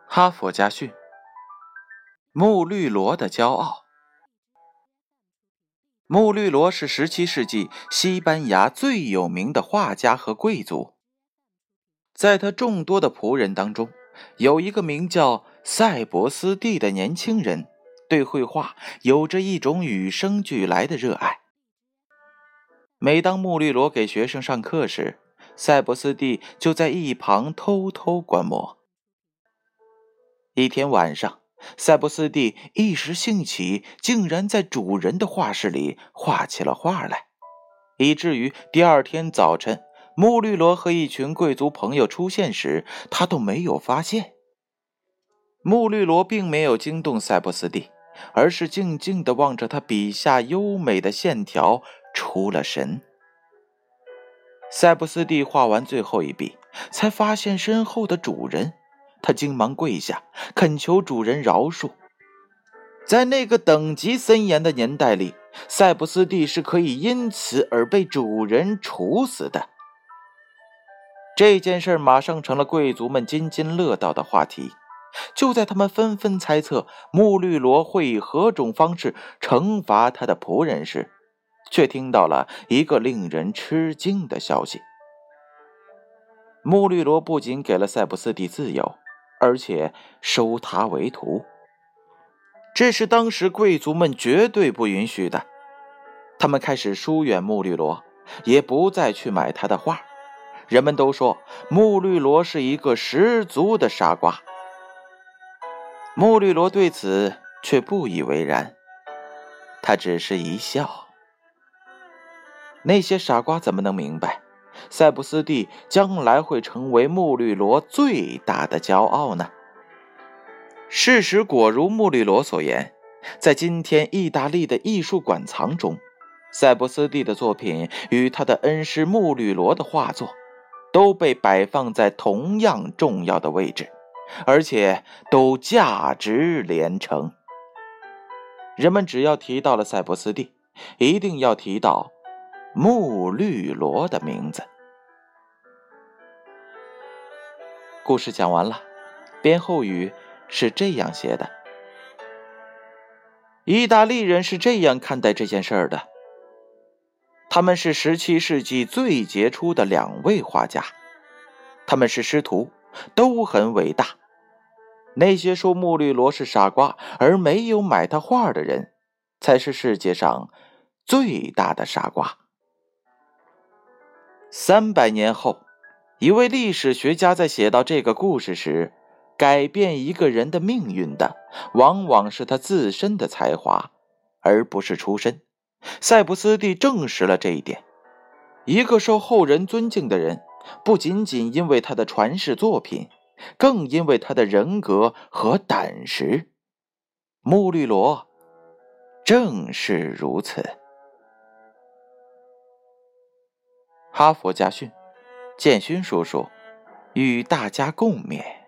哈佛家训：穆绿罗的骄傲。穆绿罗是17世纪西班牙最有名的画家和贵族。在他众多的仆人当中，有一个名叫塞博斯蒂的年轻人，对绘画有着一种与生俱来的热爱。每当穆绿罗给学生上课时，塞博斯蒂就在一旁偷偷观摩。一天晚上，塞博斯蒂一时兴起，竟然在主人的画室里画起了画来，以至于第二天早晨，穆绿罗和一群贵族朋友出现时，他都没有发现。穆绿罗并没有惊动塞博斯蒂，而是静静地望着他笔下优美的线条，出了神。塞博斯蒂画完最后一笔，才发现身后的主人，他惊忙跪下，恳求主人饶恕。在那个等级森严的年代里，塞博斯蒂是可以因此而被主人处死的。这件事马上成了贵族们津津乐道的话题。就在他们纷纷猜测穆绿罗会以何种方式惩罚他的仆人时，却听到了一个令人吃惊的消息。穆绿罗不仅给了塞博斯蒂自由，而且收他为徒。这是当时贵族们绝对不允许的。他们开始疏远穆绿罗，也不再去买他的画。人们都说穆绿罗是一个十足的傻瓜。穆绿罗对此却不以为然，他只是一笑。那些傻瓜怎么能明白，塞博斯蒂将来会成为穆绿罗最大的骄傲呢？事实果如穆绿罗所言，在今天意大利的艺术馆藏中，塞博斯蒂的作品与他的恩师穆绿罗的画作都被摆放在同样重要的位置，而且都价值连城。人们只要提到了塞博斯蒂，一定要提到穆绿罗的名字。故事讲完了，编后语是这样写的：意大利人是这样看待这件事的，他们是17世纪最杰出的2位画家，他们是师徒，都很伟大。那些说穆绿罗是傻瓜而没有买他画的人，才是世界上最大的傻瓜。300年后，一位历史学家在写到这个故事时，改变一个人的命运的，往往是他自身的才华，而不是出身。塞博斯蒂证实了这一点。一个受后人尊敬的人，不仅仅因为他的传世作品，更因为他的人格和胆识。穆绿罗正是如此。哈佛家训，建勋叔叔与大家共勉。